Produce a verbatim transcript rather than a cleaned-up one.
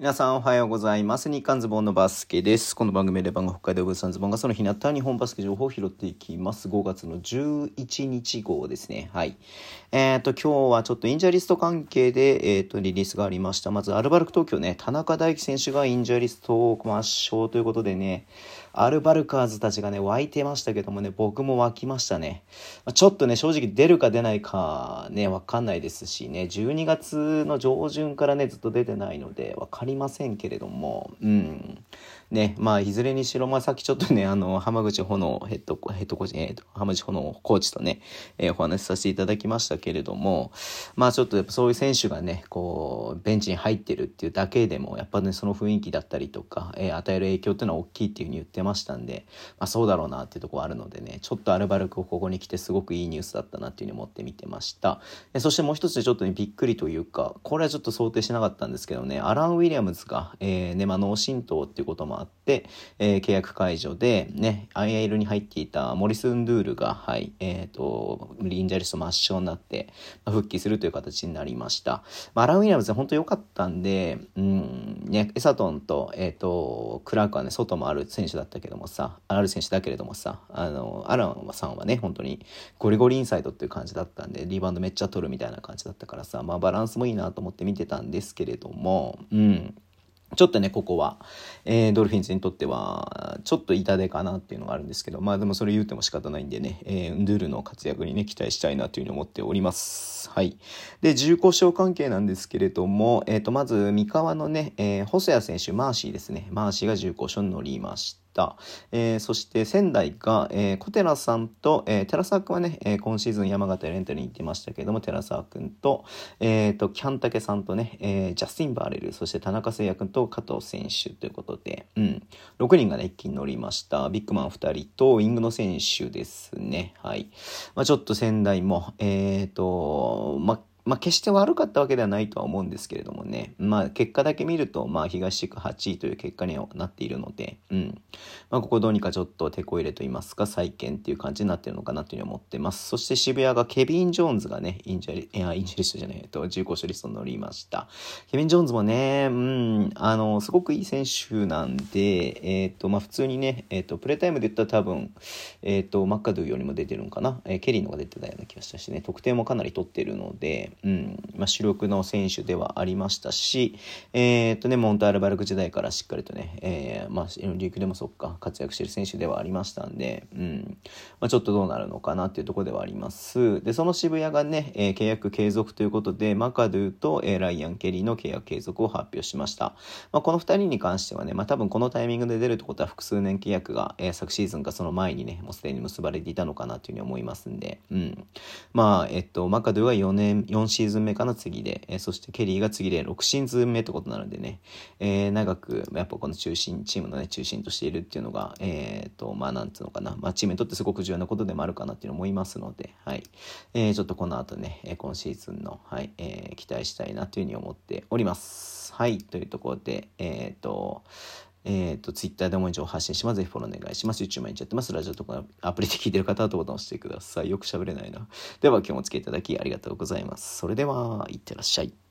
皆さんおはようございます。日刊ズボンのバスケです。この番組で番が北海道物産ズボンがその日にあった日本バスケ情報を拾っていきます。ごがつのじゅういちにち号ですね。はい。えっ、ー、と、今日はちょっとインジャリスト関係で、えっ、ー、と、リリースがありました。まず、アルバルク東京ね、田中大輝選手がインジャリストを抹消ということでね、アルバルカーズたちがね、湧いてましたけどもね、僕も湧きましたね。ちょっとね、正直出るか出ないかね、わかんないですしね、じゅうにがつの上旬からね、ずっと出てないので、わかりませんけれども、うん。ね、まあ、いずれにしろ、まあ、さっきちょっとね、あの、浜口炎ヘッド、ヘッドコーチ、えっと、浜口炎コーチとね、えー、お話しさせていただきましたけれども、まあ、ちょっとやっぱそういう選手がね、こう、ベンチに入ってるっていうだけでも、やっぱね、その雰囲気だったりとか、えー、与える影響っていうのは大きいっていうふうに言ってましたんで、まあ、そうだろうなっていうところあるのでね、ちょっとアルバルクをここに来てすごくいいニュースだったなっていうふうに思って見てました。えそしてもう一つちょっとね、びっくりというか、これはちょっと想定しなかったんですけどね、アラン・ウィリアムズが、えー、ね、まあ、脳震盪っていうこともあって、えー、契約解除で、ね、アイエル に入っていたモリス・ンドゥールが、はい、えっ、ー、と、インジャリスト抹消になって、まあ、復帰するという形になりました。まあ、アラン・ウィリアムズは本当良かったんで、うん、ね、エサトンと、えっ、ー、と、クラークはね、外もある選手だったけどもさ、ある選手だけれどもさ、あの、アランさんはね、本当にゴリゴリインサイドっていう感じだったんで、リバウンドめっちゃ取るみたいな感じだったからさ、まあ、バランスもいいなと思って見てたんですけれども、うん。ちょっとね、ここは、えー、ドルフィンズにとっては、ちょっと痛手かなっていうのがあるんですけど、まあでもそれ言っても仕方ないんでね、えー、ンドゥールの活躍にね、期待したいなというふうに思っております。はい。で、重厚傷関係なんですけれども、えっ、ー、と、まず、三河のね、えー、細谷選手、マーシーですね。マーシーが重厚傷に乗りました。えー、そして仙台が、えー、小寺さんと、えー、寺澤君はね、えー、今シーズン山形レンタルに行ってましたけども、寺澤君と、えー、と、キャンタケさんとね、えー、ジャスティン・バーレル、そして田中誠也君と加藤選手ということで、うん、ろくにんがね、一気に乗りました。ビッグマンふたりと、ウィングの選手ですね。はい。まあ、ちょっと仙台も、えーと、まあ、まあ、決して悪かったわけではないとは思うんですけれどもね。まあ、結果だけ見ると、まあ、東地区はちいという結果にはなっているので、うん。まあ、ここどうにかちょっと手こ入れといいますか、再建っていう感じになってるのかなというふうに思ってます。そして渋谷がケビン・ジョーンズがね、インジャリ、いや、インジャリストじゃない、えっと、重厚処理ストに乗りました。ケビン・ジョーンズもね、うん、あの、すごくいい選手なんで、えっと、まあ、普通にね、えっと、プレータイムで言ったら多分、えっと、マッカドゥよりも出てるのかな。えー、ケリーのが出てたような気がしたしね、得点もかなり取ってるので、うん、まあ、主力の選手ではありましたし、えー、っとね、モンタールバルク時代からしっかりとね、えー、まあ、リーグでもそっか、活躍している選手ではありましたんで、うん、まあ、ちょっとどうなるのかなっていうところではあります。で、その渋谷がね、えー、契約継続ということで、マカドゥと、えー、ライアン・ケリーの契約継続を発表しました。まあ、このふたりに関してはね、まあ、多分このタイミングで出るってことは複数年契約が、えー、昨シーズンかその前にね、もうすでに結ばれていたのかなというふうに思いますんで、うん。まあ、えっと、マカドゥはよねん、よんシーズン目かな、次で、えー、そしてケリーが次でろくシーズン目ってことなのでね、えー、長く、やっぱこの中心、チームのね、中心としているっていうのが、えー、と、まあ、なんつうのかな、まあ、チームにとってすごく重要なことでもあるかなっていうのを思いますので、はい。えー、ちょっとこの後ね、今シーズンの、はい、えー、期待したいなというふうに思っております。はい、というところで、えー、と、えっ、ー、と、ツイッターでも以上発信します。ぜひフォローお願いします。YouTube 毎日やってます。ラジオとかアプリで聞いてる方はとボタンを押してください。よく喋れないな。では今日もお付き合いいただきありがとうございます。それでは、いってらっしゃい。